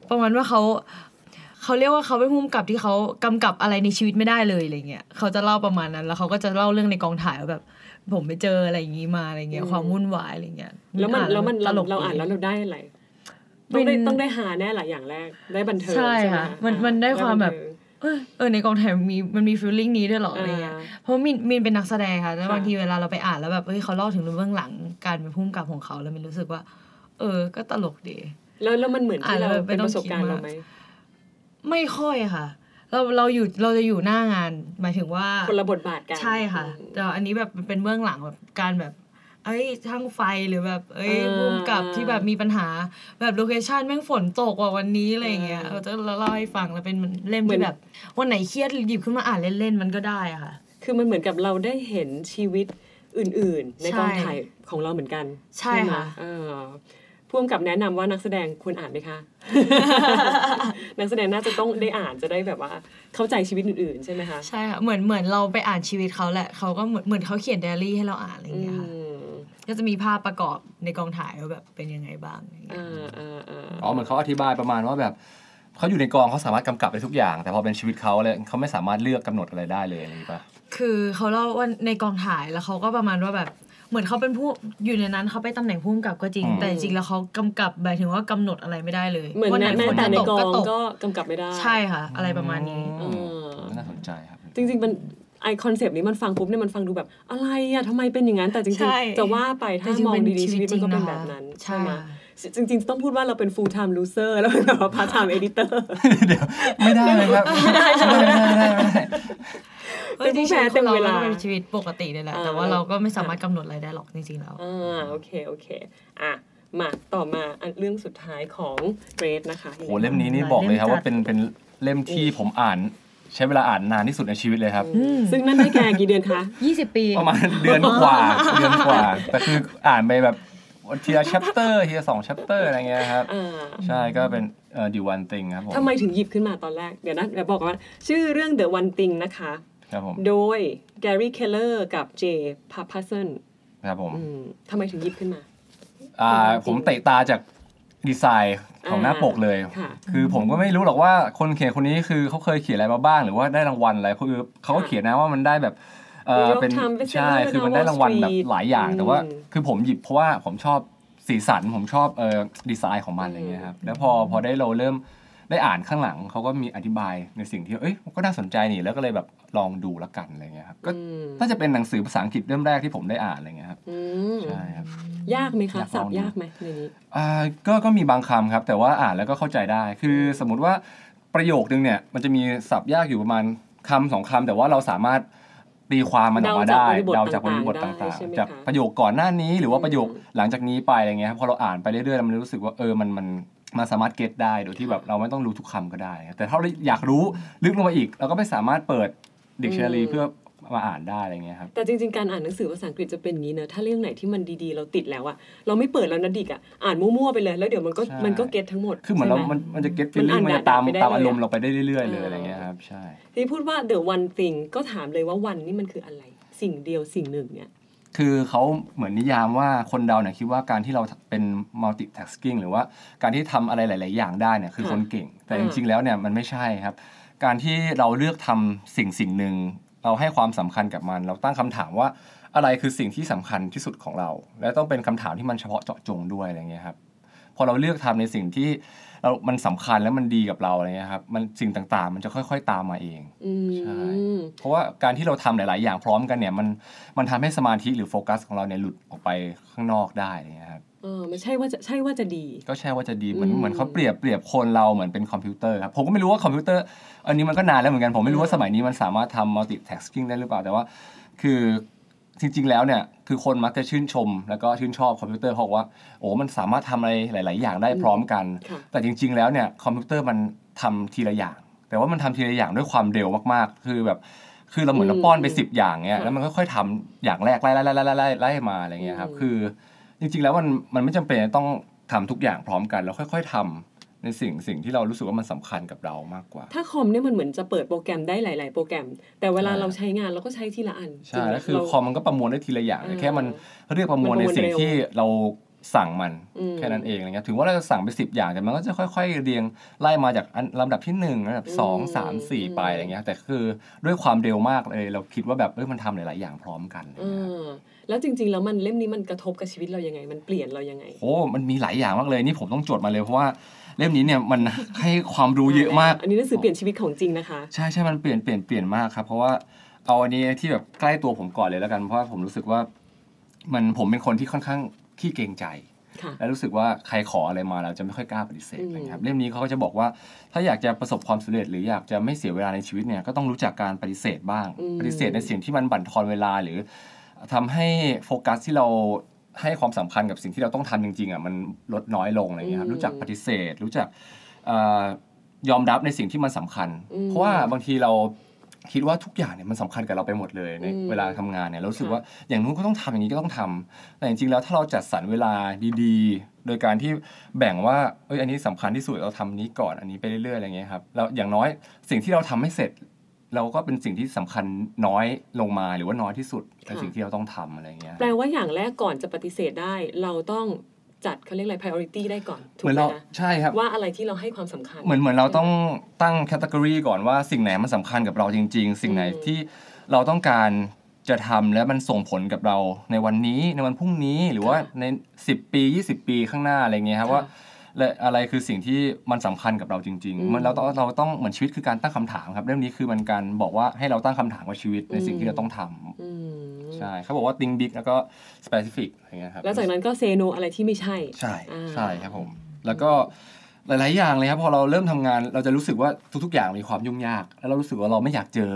ประมาณว่าเขาเขาเรียกว่าเขาเป็นผู้กำกับที่เขากำกับอะไรในชีวิตไม่ได้เลยอะไรเงี้ยเขาจะเล่าประมาณนั้นแล้วเขาก็จะเล่าเรื่องในกองถ่ายว่าแบบผมไปเจออะไรอย่างงี้มาอะไรเงี้ยความวุ่นวายอะไรเงี้ยแล้วมันแล้วมันเราเราอ่านแล้วเราได้อะไรต้องได้ต้องได้หาแน่หลายอย่างแรกได้บันเทิงใช่ค่ะมันมันได้ความแบบเออเออในกองถ่ายมีมันมีฟีลลิ่งนี้ด้วยหรออะไรเงี้ยเพราะมินมินเป็นนักแสดงค่ะแล้วบางทีเวลาเราไปอ่านแล้วแบบเฮ้ยเขาเล่าถึงเบื้องหลังการเป็นผู้กำกับของเขาแล้วมินรู้สึกว่าเออก็ตลกดีแล้วแล้วมันเหมือนที่เราเป็นประสบการณ์เราไหมไม่ค่อยค่ะเราเราอยู่เราจะอยู่หน้างานหมายถึงว่าคนละบทบาทกันใช่ค่ะแต่อันนี้แบบเป็นเบื้องหลังแบบการแบบเอ้ยช่างไฟหรือแบบเอ้ยภูมิกับที่แบบมีปัญหาแบบโลเคชั่นแม่งฝนตกว่าวันนี้อะไรเงี้ยเราจะเล่าให้ฟังแล้วเป็นเล่มที่แบบวันไหนเครียดหยิบขึ้นมาอ่านเล่นๆมันก็ได้อะค่ะคือมันเหมือนกับเราได้เห็นชีวิตอื่นๆในกองถ่ายของเราเหมือนกันใช่ค่ะผู้กำกับแนะนำว่านักแสดงควรอ่านไหมคะ นักแสดงน่าจะต้องได้อ่านจะได้แบบว่าเข้าใจชีวิตอื่นๆใช่ไหมคะใช่ค่ะเหมือนเหมือนเราไปอ่านชีวิตเขาแหละเขาก็เหมือนเหมือนเขาเขียนไดอารี่ให้เราอ่านอะไรอย่างเงี้ยค่ะก็จะมีภาพประกอบในกองถ่ายว่าแบบเป็นยังไงบ้างอ๋อเหมือนเขาอธิบายประมาณว่าแบบเขาอยู่ในกองเขาสามารถกำกับได้ทุกอย่างแต่พอเป็นชีวิตเขาเลยเขาไม่สามารถเลือกกำหนดอะไรได้เลยอะไรป่ะคือเขาเล่าว่าในกองถ่ายแล้วเขาก็ประมาณว่าแบบเหมือนเขาเป็นผู้อยู่ในนั้นเขาไปตำแหน่งผู้กำกับก็จริงแต่จริงแล้วเขากำกับหมายถึงว่ากำหนดอะไรไม่ได้เลยเหมือนแม้แต่ในกองก็กำกับไม่ได้ใช่ค่ะอะไรประมาณนี้น่าสนใจครับจริงๆมันไอคอนเซปต์นี้มันฟังปุ๊บเนี่ยมันฟังดูแบบอะไรอะทำไมเป็นอย่างนั้นแต่จริงๆจะว่าไปถ้ามองดีๆชีวิตมันก็เป็นแบบนั้นใช่ไหมจริงๆต้องพูดว่าเราเป็น full time loser แล้วเป็นแบบว่า part time editor เดี๋ยวไม่ได้เลยครับไม่ได้ใช่ไหมไม่ได้ไม่ได้เป็นผู้แพ้เต็มเวลาเป็นชีวิตปกติเลยแหละแต่ว่าเราก็ไม่สามารถกำหนดอะไรได้หรอกจริงๆแล้วอ่าโอเคโอเคอ่ะมาต่อมาเรื่องสุดท้ายของเกรดนะคะโหเล่มนี้นี่บอกเลยครับว่าเป็นเป็นเล่มที่ผมอ่านใช้เวลาอ่านนานที่สุดในชีวิตเลยครับซึ่งนั่นได้แก่กี่เดือนคะยี่สิบปีประมาณเดือนกว่าเดือนกว่าแต่คืออ่านไปแบบทีละ chapter ทีละสอง chapter อะไรเงี้ยครับใช่ก็เป็นเอ่อ The One Thing ครับผมทำไมถึงหยิบขึ้นมาตอนแรกเดี๋ยวนะเดี๋ยวบอกว่าชื่อเรื่อง The One Thing นะคะครับผมโดย Gary Keller กับ Jay Papasan ครับผมทำไมถึงหยิบขึ้นมาอ่าผมเตะตาจากดีไซน์ของหน้าปกเลยคือผมก็ไม่รู้หรอกว่าคนเขียนคนนี้คือเขาเคยเขียนอะไรมาบ้างหรือว่าได้รางวัลอะไรคือเขาก็เขียนนะว่ามันได้แบบเออเป็นใช่คือมันได้รางวัลแบบหลายอย่างแต่ว่าคือผมหยิบเพราะว่าผมชอบสีสันผมชอบเออดีไซน์ของมันอะไรเงี้ยครับแล้วพอพอได้เราเริ่มได้อ่านข้างหลังเขาก็มีอธิบายในสิ่งที่เอ้ยก็น่าสนใจนี่แล้วก็เลยแบบลองดูละกันอะไรเงี้ยครับก็น่าจะเป็นหนังสือภาษาอังกฤษเล่มแรกที่ผมได้อ่านอะไรเงี้ยครับใช่ครับยากไหมคะสับยากไหมในนี้อ่าก็ก็มีบางคำครับแต่ว่าอ่านแล้วก็เข้าใจได้คือสมมุติว่าประโยคนึงเนี่ยมันจะมีศัพท์ยากอยู่ประมาณคำสองคำแต่ว่าเราสามารถตีความมันออกมาได้เดาจากบริบทต่างๆจากประโยคก่อนหน้านี้หรือว่าประโยคหลังจากนี้ไปอะไรเงี้ยพอเราอ่านไปเรื่อยๆมันรู้สึกว่าเออมันมันมันสามารถเก็ตได้โดยที่แบบเราไม่ต้องรู้ทุกคำก็ได้แต่ถ้าเราอยากรู้ลึกลงมาอีกเราก็ไม่สามารถเปิด dictionary เพื่อมาอ่านได้อะไรเงี้ยครับแต่จริงๆการอ่านหนังสือภาษาอังกฤษจะเป็นอย่างนี้เนอะถ้าเรื่องไหนที่มันดีๆเราติดแล้วอะเราไม่เปิดแล้วนะดิกอะอ่านมั่วๆไปเลยแล้วเดี๋ยวมันก็มันก็เก็ตทั้งหมดคือเหมือนเรามันมันจะเก็ตฟีลลิ่งมันจะตามตามอารมณ์เราไปได้เรื่อยๆเลยอะไรเงี้ยครับใช่ที่พูดว่า the one thing ก็ถามเลยว่า one นี่มันคืออะไรสิ่งเดียวสิ่งหนึ่งเนี่ยคือเขาเหมือนนิยามว่าคนเราเนี่ยคิดว่าการที่เราเป็น multitasking หรือว่าการที่ทำอะไรหลายๆอย่างได้เนี่ยคือคนเก่งแต่จริงๆแล้วเนี่ยมันไม่ใช่ครับการที่เราเลือกทำสิ่งสิ่งหนึ่งเราให้ความสำคัญกับมันเราตั้งคำถามว่าอะไรคือสิ่งที่สำคัญที่สุดของเราและต้องเป็นคำถามที่มันเฉพาะเจาะจงด้วยอะไรเงี้ยครับพอเราเลือกทำในสิ่งที่เรามันสำคัญและมันดีกับเราอะไรเงี้ยครับมันสิ่งต่างๆมันจะค่อยๆตามมาเองใช่เพราะว่าการที่เราทำหลายๆอย่างพร้อมกันเนี่ยมันมันทำให้สมาธิหรือโฟกัสของเราเนี่ยหลุดออกไปข้างนอกได้อะไรเงี้ยครับเออไม่ใช่ว่าจะใช่ว่าจะดีก็ใช่ว่าจะดีเหมือนเหมือนเขาเปรียบเปรียบคนเราเหมือนเป็นคอมพิวเตอร์ครับผมก็ไม่รู้ว่าคอมพิวเตอร์อันนี้มันก็นานแล้วเหมือนกันผมไม่รู้ว่าสมัยนี้มันสามารถทำ multitasking ได้หรือเปล่าแต่ว่าคือจริงๆแล้วเนี่ยคือคนมักจะชื่นชมแล้วก็ชื่นชอบคอมพิวเตอร์เพราะว่าโอ้มันสามารถทำอะไรหลายๆอย่างได้พร้อมกันแต่จริงๆแล้วเนี่ยคอมพิวเตอร์มันทำทีละอย่างแต่ว่ามันทำทีละอย่างด้วยความเร็วมากๆคือแบบคือเราเหมือนเราป้อนไปสิบอย่างเงี้ยแล้วมันก็ค่อยทำอย่างแรกไล่ๆๆๆไล่มาอะไรเงี้ยครับคือจริงๆแล้วมันมันไม่จำเป็นต้องทำทุกอย่างพร้อมกันแล้วค่อยๆทำในสิ่งสิ่งที่เรารู้สึกว่ามันสำคัญกับเรามากกว่าถ้าคอมเนี่ยมันเหมือนจะเปิดโปรแกรมได้หลายๆโปรแกรมแต่เวลาเราใช้งานเราก็ใช้ทีละอันใช่แล้วคือคอมมันก็ประมวลได้ทีละอย่างแค่มันเรียกประมวลในสิ่งที่เราสั่งมันแค่นั้นเองอะไรเงี้ยถึงว่าเราจะสั่งไปสิบอย่างแต่มันก็จะค่อยๆเรียงไล่มาจากลำดับที่หนึ่งลำดับสอง สาม สี่ไปอะไรเงี้ยแต่คือด้วยความเร็วมากเลยเราคิดว่าแบบเอ้ยมันทำหลายๆอย่างพร้อมกันแล้วจริงๆแล้วมันเล่มนี้มันกระทบกับชีวิตเรายังไงมันเปลี่ยนเรายังไงโอ้มันมีหลายอย่างมากเลยนี่ผมต้องจดมาเลยเพราะว่าเล่มนี้เนี่ยมันให้ความรู้เยอะมากอันนี้หนังสือเปลี่ยนชีวิตของจริงนะคะใช่ๆมันเปลี่ยนเปลี่ยนเปลี่ยนมากครับเพราะว่าเอาอันนี้ที่แบบใกล้ตัวผมก่อนเลยแล้วกันเพราะว่าผมรู้สึกว่ามันผมเป็นคนที่ค่อนข้างขี้เกรงใจและรู้สึกว่าใครขออะไรมาเราจะไม่ค่อยกล้าปฏิเสธนะครับเล่มนี้เขาก็จะบอกว่าถ้าอยากจะประสบความสำเร็จหรืออยากจะไม่เสียเวลาในชีวิตเนี่ยก็ต้องรู้จักการปฏิเสธบ้างปฏิเสธในสิ่งที่มันบั่นทอนเวลาหรือทำให้โฟกัสที่เราให้ความสำคัญกับสิ่งที่เราต้องทำจริงๆอ่ะมันลดน้อยลงอะไรเงี้ยครับรู้จักปฏิเสธรู้จักยอมรับในสิ่งที่มันสำคัญเพราะว่าบางทีเราคิดว่าทุกอย่างเนี่ยมันสำคัญกับเราไปหมดเลยในเวลาทำงานเนี่ยเรารู้สึกว่าอย่างนู้นก็ต้องทำอย่างนี้ก็ต้องทำแต่จริงๆแล้วถ้าเราจัดสรรเวลาดีๆโดยการที่แบ่งว่าเอ้ยอันนี้สำคัญที่สุดเราทำนี้ก่อนอันนี้ไปเรื่อยๆอะไรเงี้ยครับแล้วอย่างน้อยสิ่งที่เราทำไม่เสร็จเราก็เป็นสิ่งที่สำคัญน้อยลงมาหรือว่าน้อยที่สุดในสิ่งที่เราต้องทำอะไรเงี้ยแปลว่าอย่างแรกก่อนจะปฏิเสธได้เราต้องจัดเขาเรียกอะไร priority ได้ก่อนถูกไหมนะใช่ครับว่าอะไรที่เราให้ความสำคัญเหมือนเหมือนเราต้องตั้ง category ก่อนว่าสิ่งไหนมันสำคัญกับเราจริงๆสิ่งไหนที่เราต้องการจะทำและมันส่งผลกับเราในวันนี้ในวันพรุ่งนี้หรือว่าในสิบปียี่สิบปีข้างหน้าอะไรเงี้ยครับว่าและอะไรคือสิ่งที่มันสำคัญกับเราจริงๆมันเราต้องเราต้องเหมือนชีวิตคือการตั้งคำถามครับเรื่องนี้คือมันการบอกว่าให้เราตั้งคำถามกับชีวิตในสิ่งที่เราต้องทำใช่เขาบอกว่า think big แล้วก็ specific อะไรเงี้ยครับแล้วจากนั้นก็ say no อะไรที่ไม่ใช่ใช่ใช่ครับผมแล้วก็หลายๆอย่างเลยครับพอเราเริ่มทำงานเราจะรู้สึกว่าทุกๆอย่างมีความยุ่งยากแล้วเรารู้สึกว่าเราไม่อยากเจอ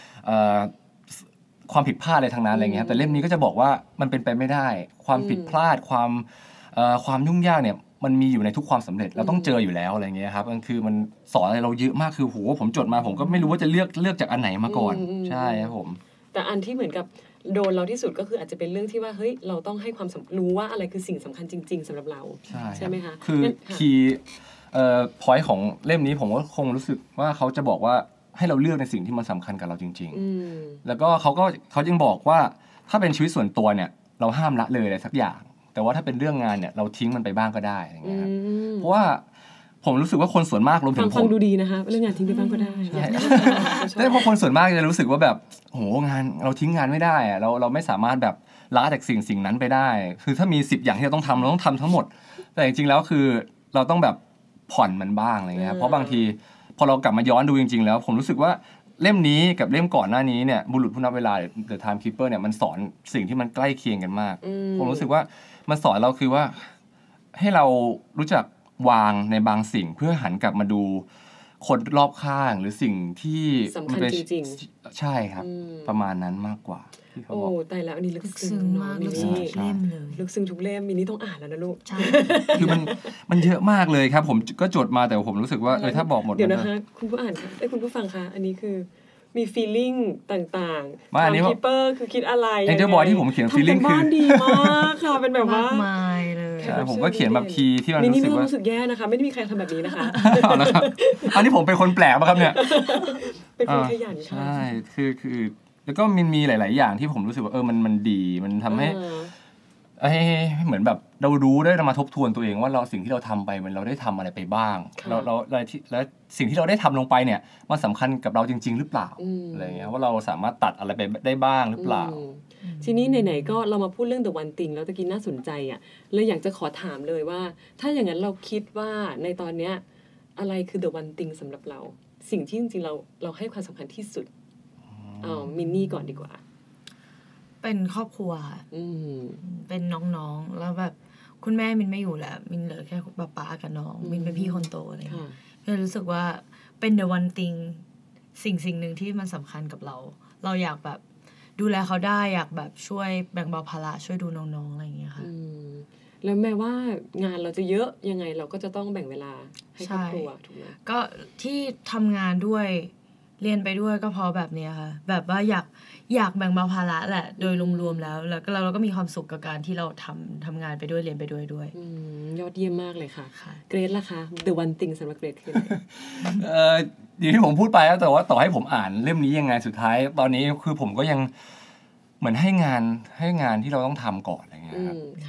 ความผิดพลาดอะไรทางนั้นอะไรเงี้ยแต่เล่มนี้ก็จะบอกว่ามันเป็นไปไม่ได้ความผิดพลาดความความยุ่งยากเนี่ยมันมีอยู่ในทุกความสำเร็จเราต้องเจออยู่แล้วอะไรเงี้ยครับมันคือมันสอนอะไรเราเยอะมากคือโหผมจดมาผมก็ไม่รู้ว่าจะเลือกเลือกจากอันไหนมาก่อนใช่ครับผมแต่อันที่เหมือนกับโดนเราที่สุดก็คืออาจจะเป็นเรื่องที่ว่าเฮ้ยเราต้องให้ความรู้ว่าอะไรคือสิ่งสำคัญจริงๆสำหรับเราใช่ไหมคะคือคีย์เอ่อ point ของเล่มนี้ผมก็คงรู้สึกว่าเขาจะบอกว่าให้เราเลือกในสิ่งที่มันสำคัญกับเราจริงๆแล้วก็เขาก็เขายังบอกว่าถ้าเป็นชีวิตส่วนตัวเนี่ยเราห้ามละเลยอะไรสักอย่างแต่ว่าถ้าเป็นเรื่องงานเนี่ยเราทิ้งมันไปบ้างก็ได้อย่างเงี้ยเพราะว่าผมรู้สึกว่าคนส่วนมากรวมถึงผมฟังดูดีนะคะเรื่องงานทิ้งไปบ้างก็ได้แต่พอคนส่วนมากจะรู้สึกว่าแบบโหงานเราทิ้งงานไม่ได้อะเราเราไม่สามารถแบบละจากสิ่งสิ่งนั้นไปได้คือถ้ามีสิบอย่างที่เราต้องทำเราต้องทำทั้งหมดแต่จริงๆแล้วคือเราต้องแบบผ่อนมันบ้างอะไรเงี้ยเพราะบางทีพอเรากลับมาย้อนดูจริงๆแล้วผมรู้สึกว่าเล่มนี้กับเล่มก่อนหน้านี้เนี่ยบุรุษผู้นับเวลา The Timekeeper เนี่ยมันสอนสิ่งที่มันใกล้เคียงกันมากผมรู้สึกว่ามันสอนเราคือว่าให้เรารู้จักวางในบางสิ่งเพื่อหันกลับมาดูคนรอบข้างหรือสิ่งที่สำคัญจริงๆใช่ครับประมาณนั้นมากกว่าโอ้ตายแล้วอันนี้ลึกซึ้งมากลึกซึ้งทุกเล่มเลยลึกซึ้งทุกเล่มมินนี่ต้องอ่านแล้วนะลูกใช่คือมันมันเยอะมากเลยครับผมก็จดมาแต่ผมรู้สึกว่าเออถ้าบอกหมดเดี๋ยวนะคะคุณผู้อ่านเอ้ยคุณผู้ฟังคะอันนี้คือมี feeling ต่างๆ Timekeeper คือคิดอะไร Angel Boy ที่ผมเขียน feeling คือดีมากค่ะเป็นแบบว่ามากมายเลยใช่ผมก็เขียนแบบคีย์ที่มันรู้สึกว่ารู้สึกแย่นะคะไม่ได้มีใครทำแบบนี้นะคะเอาละครับอันนี้ผมเป็นคนแปลกป่ะครับเนี่ยเป็นคนขยันค่ะใช่คือคือแล้วก็มันมีหลายๆอย่างที่ผมรู้สึกว่าเออมันมันดีมันทำให้ให้เหมือนแบบเรารู้ได้มาทบทวนตัวเองว่าเราสิ่งที่เราทำไปมันเราได้ทำอะไรไปบ้างเราเราอะไรที่แล้วสิ่งที่เราได้ทำลงไปเนี่ยมันสำคัญกับเราจริงๆหรือเปล่าอะไรเงี้ยว่าเราสามารถตัดอะไรไปได้บ้างหรือเปล่าทีนี้ไหนๆก็เรามาพูดเรื่อง The One Thing แล้วตะกี้น่าสนใจอ่ะเลยอยากจะขอถามเลยว่าถ้าอย่างนั้นเราคิดว่าในตอนเนี้ยอะไรคือ The One Thing สำหรับเราสิ่งที่จริงๆเราเราให้ความสำคัญที่สุดอ๋อมินนี่ก่อนดีกว่าเป็นครอบครัวค่ะเป็นน้องๆแล้วแบบคุณแม่มินไม่อยู่แล้วมินเหลือแค่ป๊าป๊ากับน้องมินเป็นพี่คนโตอะไรอย่างเงี้ยก็รู้สึกว่าเป็น the one thing สิ่งสิ่งหนึ่งที่มันสำคัญกับเราเราอยากแบบดูแลเขาได้อยากแบบช่วยแบ่งเบาภาระช่วยดูน้องๆอะไรอย่างเงี้ยค่ะแล้วแม้ว่างานเราจะเยอะยังไงเราก็จะต้องแบ่งเวลาให้ครอบครัวถูกไหมก็ที่ทำงานด้วยเรียนไปด้วยก็เพราะแบบนี้ค่ะแบบว่าอยากอยากแบ่งเบาภาระแหละโดยรวมๆแล้วแล้วก็เราก็มีความสุขกับการที่เราทำทำงานไปด้วยเรียนไปด้วยด้วยยอดเยี่ยมมากเลยค่ะเกรดล่ะคะ The One Thing สำหรับเกรดคืออะไรเอ่ออย่างที่ผมพูดไปแล้วแต่ว่าต่อให้ผมอ่านเล่มนี้ยังไงสุดท้ายตอนนี้คือผมก็ยังเหมือนให้งานให้งานที่เราต้องทำก่อนอะไรเงี้ยครับค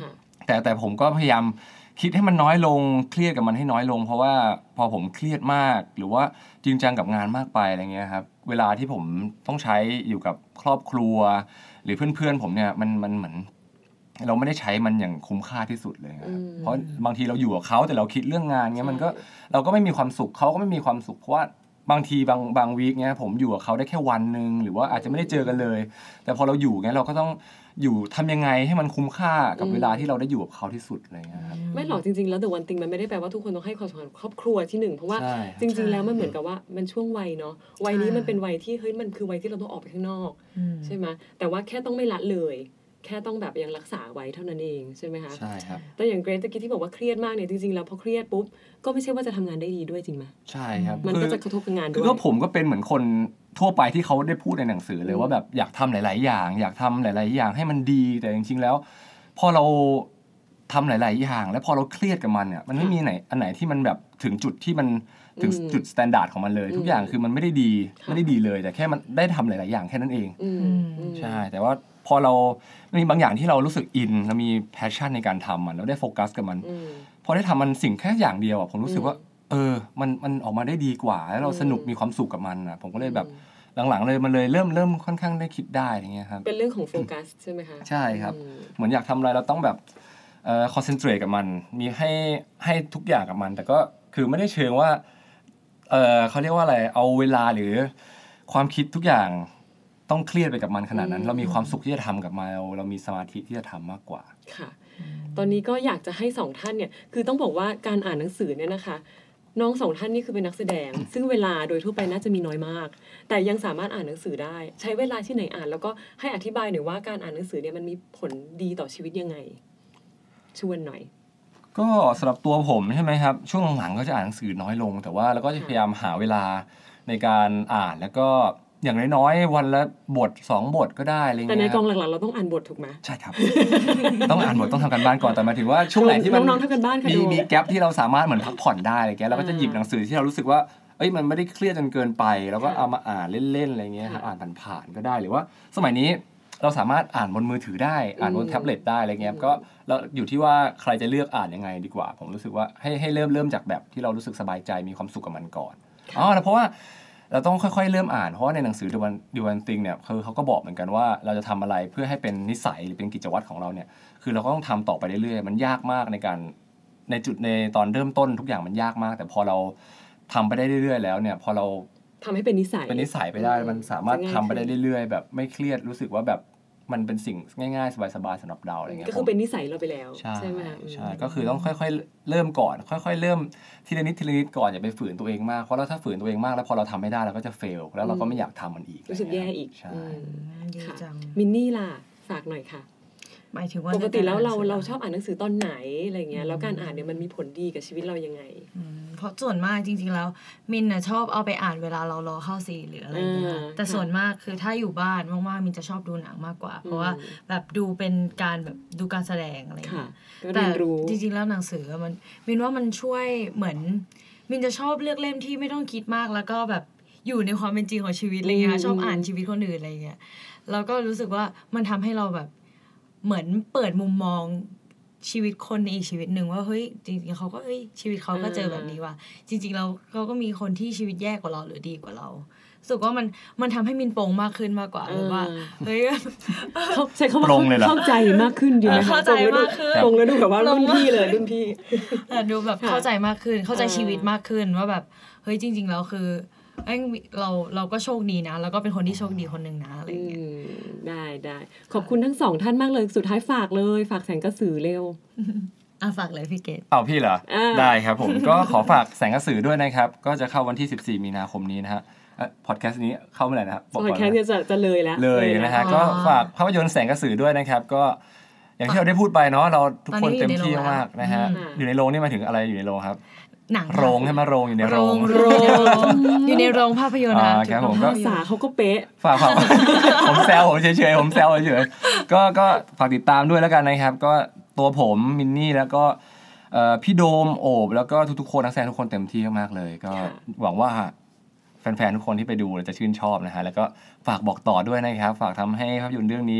แต่แต่ผมก็พยายามคิดให้มันน้อยลงเครียดกับมันให้น้อยลงเพราะว่าพอผมเครียดมากหรือว่าจริงจังกับงานมากไปอะไรเงี้ยครับเวลาที่ผมต้องใช้อยู่กับครอบครัวหรือเพื่อนๆผมเนี่ยมันมันเหมือนเราไม่ได้ใช้มันอย่างคุ้มค่าที่สุดเลยครับเพราะบางทีเราอยู่กับเขาแต่เราคิดเรื่องงานเงี้ยมันก็เราก็ไม่มีความสุขเขาก็ไม่มีความสุขเพราะว่าบางทีบางบางวีคเงี้ยผมอยู่กับเขาได้แค่วันนึงหรือว่าอาจจะไม่ได้เจอกันเลยแต่พอเราอยู่เงี้ยเราก็ต้องอยู่ทำยังไงให้มันคุ้มค่ากับเวลาที่เราได้อยู่กับเขาที่สุดอะไรเงี้ยครับไม่หรอกจริงๆแล้วแต่วันติงมันไม่ได้แปลว่าทุกคนต้องให้ความสำคัญครอบครัวที่หนึ่งเพราะว่าจริงๆแล้วมันเหมือนกับว่ามันช่วงวัยเนาะวัยนี้มันเป็นวัยที่เฮ้ยมันคือวัยที่เราต้องออกไปข้างนอกใช่ไหมแต่ว่าแค่ต้องไม่ละเลยแค่ต้องแบบยังรักษาไว้เท่านั้นเองใช่ไหมคะใช่ครับแต่อย่างเกรซตะกี้ที่บอกว่าเครียดมากเนี่ยจริงๆแล้วพอเครียดปุ๊บก็ไม่ใช่ว่าจะทำงานได้ดีด้วยจริงไหมใช่ครับมันก็จะกระทบกับงานด้วยคือก็ผมก็เป็นเหมือนคนทั่วไปที่เขาได้พูดในหนังสือเลยว่าแบบอยากทำหลายๆอย่างอยากทำหลายๆอย่างให้มันดีแต่จริงๆแล้วพอเราทำหลายๆอย่างแล้วพอเราเครียดกับมันเนี่ยมันไม่มีไหนอันไหนที่มันแบบถึงจุดที่มันถึงจุดสแตนดาร์ดของมันเลยทุกอย่างคือมันไม่ได้ดีไม่ได้ดีเลยแต่แค่มันได้ทำหลายๆอย่างแค่นั้นเองใช่แต่ว่าพอเรามีบางอย่างที่เรารู้สึกอินเรามีแพชชั่นในการทำมันแล้วได้โฟกัสกับมันพอได้ทำมันสิ่งแค่อย่างเดียวอ่ะผมรู้สึกว่าเออมันมันออกมาได้ดีกว่าแล้วเราสนุกมีความสุขกับมันอ่ะผมก็เลยแบบหลังๆเลยมันเลยเริ่มเริ่มค่อนข้างได้คิดได้อย่างเงี้ยครับเป็นเรื่องของโฟกัสใช่ไหมคะใช่ครับเหมือนอยากทำอะไรเราต้องแบบเอ่อคอนเซนเทรตกับมันมีให้ให้ทุกอย่างกับมันแต่ก็คือไม่ได้เชิงว่าเออเขาเรียกว่าอะไรเอาเวลาหรือความคิดทุกอย่างต้องเครียดไปกับมันขนาดนั้นเรามีความสุขที่จะทำกับมันเรามีสมาธิที่จะทำมากกว่าค่ะตอนนี้ก็อยากจะให้สองท่านเนี่ยคือต้องบอกว่าการอ่านหนังสือเนี่ยนะคะน้องสองท่านนี่คือเป็นนักแสดง ซึ่งเวลาโดยทั่วไปน่าจะมีน้อยมากแต่ยังสามารถอ่านหนังสือได้ใช้เวลาที่ไหนอ่านแล้วก็ให้อธิบายหน่อยว่าการอ่านหนังสือเนี่ยมันมีผลดีต่อชีวิตยังไงชวนหน่อยก็สำหรับตัวผมใช่ไหมครับช่วงหลังๆก็จะอ่านหนังสือน้อยลงแต่ว่าเราก็จะพยายามหาเวลาในการอ่านแล้วก็อย่างน้อยๆวันละบทสองบทก็ได้อะไรเงี้ยแต่ในกองหลักๆเราต้องอ่านบทถูกไหมใช่ครับ ต้องอ่านบทต้องทำกันบ้านก่อนแต่หมายถึงว่าช่วงไหนที่มันน้องๆทำกันบ้านค่ะมีมีแกลบที่เราสามารถเหมือนพักผ่อนได้อะไรเงี้ยเราก็จะหยิบหนังสือที่เรารู้สึกว่าเอ้ยมันไม่ได้เครียดจนเกินไปแล้วก็เอามาอ่านเล่นๆอะไรเงี้ยอ่านผ่านๆก็ได้หรือว่าสมัยนี้เราสามารถอ่านบนมือถือได้อ่านบนแท็บเล็ตได้อะไรเงี้ยก็แล้วอยู่ที่ว่าใครจะเลือกอ่านยังไงดีกว่าผมรู้สึกว่าให้ให้เริ่มเริ่มจากแบบที่เรารู้สึกสบายใจมีความสุขกับมันก่อนอ๋อเพราะว่าเราต้องค่อยๆเริ่มอ่านเพราะว่าในหนังสือ The One The One Thing เนี่ยคือเขาก็บอกเหมือนกันว่าเราจะทำอะไรเพื่อให้เป็นนิสัยหรือเป็นกิจวัตรของเราเนี่ยคือเราก็ต้องทำต่อไปเรื่อยๆมันยากมากในการในจุดในตอนเริ่มต้นทุกอย่างมันยากมากแต่พอเราทำไปได้เรื่อยๆแล้วเนี่ยพอเราทำให้เป็นนิสัยเป็นนิสัยไปได้มันสามารถทำไปได้เรื่อยๆแบบไม่เครียดรู้สึกว่าแบบมันเป็นสิ่งง่ายๆสบายๆสำหรับเราอะไรเงี้ยก็คือเป็นนิสัยเราไปแล้วใช่ไหมใช่ก็คือต้องค่อยๆเริ่มก่อนค่อยๆเริ่มทีละนิดทีละนิดก่อนอย่าไปฝืนตัวเองมากเพราะเราถ้าฝืนตัวเองมากแล้วพอเราทำไม่ได้เราก็จะเฟลแล้วเราก็ไม่อยากทำมันอีกรู้สึกแย่อีกใช่ค่ะมินนี่ล่ะฝากหน่อยค่ะหมายถึงว่าปกติแล้วเราเราชอบอ่านหนังสือตอนไหนอะไรเงี้ยแล้วการอ่านเนี่ยมันมีผลดีกับชีวิตเรายังไงเพราะส่วนมากจริงๆแล้วมินน่ะชอบเอาไปอ่านเวลาเรารอเข้าซีหรืออะไรอย่างเงี้ยแต่ส่วนมากคือถ้าอยู่บ้านมากๆมินจะชอบดูหนังมากกว่าเพราะว่าแบบดูเป็นการแบบดูการแสดงอะไรอย่างเงี้ยแต่จริงๆแล้วหนังสือมันมินว่ามันช่วยเหมือนมินจะชอบเลือกเล่มที่ไม่ต้องคิดมากแล้วก็แบบอยู่ในความเป็นจริงของชีวิตอะไรเงี้ยชอบอ่านชีวิตคนอื่นอะไรเงี้ยแล้วก็รู้สึกว่ามันทำให้เราแบบเหมือนเปิดมุมมองชีวิตคนในอีกชีวิตหนึ่งว่าเฮ้ยจริงๆเขาก็เฮ้ยชีวิตเขาก็เจอแบบนี้ว่ะจริงๆเราเขาก็มีคนที่ชีวิตแย่กว่าเราหรือดีกว่าเรารู้สึกว่ามันมันทำให้มินโปร่งมากขึ้นมากกว่าหรือว่าเฮ้ยเขาใช้คำว่าเข้าใจมากขึ้นดีไหมเข้าใจมากขึ้นตรงแล้วดูแบบว่ารุ่นพี่เลยรุ่นพี่ดูแบบเข้าใจมากขึ้นเข้าใจชีวิตมากขึ้นว่าแบบเฮ้ยจริงๆแล้วคือเราเราก็โชคดีนะแล้วก็เป็นคนที่โชคดีคนนึงนะอะไรอย่างเงี้ยได้ได้ขอบคุณทั้งสองท่านมากเลยสุดท้ายฝากเลยฝากแสงกระสือเร็วอ่ะฝากเลยพี่เกศเอาพี่เหรอได้ครับผมก็ขอฝากแสงกระสือด้วยนะครับก็จะเข้าวันที่สิบสี่มีนาคมนี้นะฮะพอดแคสต์นี้เข้าเมื่อไหร่นะครับพอดแคสต์จะจะเลยแล้วเลยนะฮะก็ฝากภาพยนตร์แสงกระสือด้วยนะครับก็อย่างที่เราได้พูดไปเนาะเราทุกคนเต็มที่มากนะฮะอยู่ในโรงนี่มาถึงอะไรอยู่ในโรงครับหนังโรงใช่ไหมโรงอยู่ในโรงอยู่ในโรงภาพยนตร์นะครับผมก็ภาษาเขาก็เป๊ะฝากฝากผมแซวผมเฉยๆผมแซวเฉยๆก็ก็ฝากติดตามด้วยแล้วกันนะครับก็ตัวผมมินนี่แล้วก็พี่โดมโอบแล้วก็ทุกๆคนนักแสดงทุกคนเต็มที่มากเลยก็หวังว่าแฟนๆทุกคนที่ไปดูจะชื่นชอบนะฮะแล้วก็ฝากบอกต่อด้วยนะครับฝากทำให้ภาพยนตร์เรื่องนี้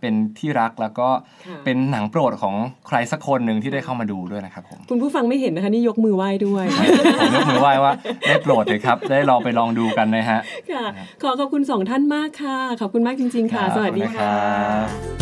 เป็นที่รักแล้วก็เป็นหนังโปรดของใครสักคนหนึ่งที่ได้เข้ามาดูด้วยนะครับผมคุณผู้ฟังไม่เห็นนะคะนี่ยกมือไหว้ด้วยผมยกมือไหว้ว่าได้โปรดเลยครับได้ลองไปลองดูกันนะฮะค่ะขอขอบคุณสองท่านมากค่ะขอบคุณมากจริงๆค่ะสวัสดีค่ะ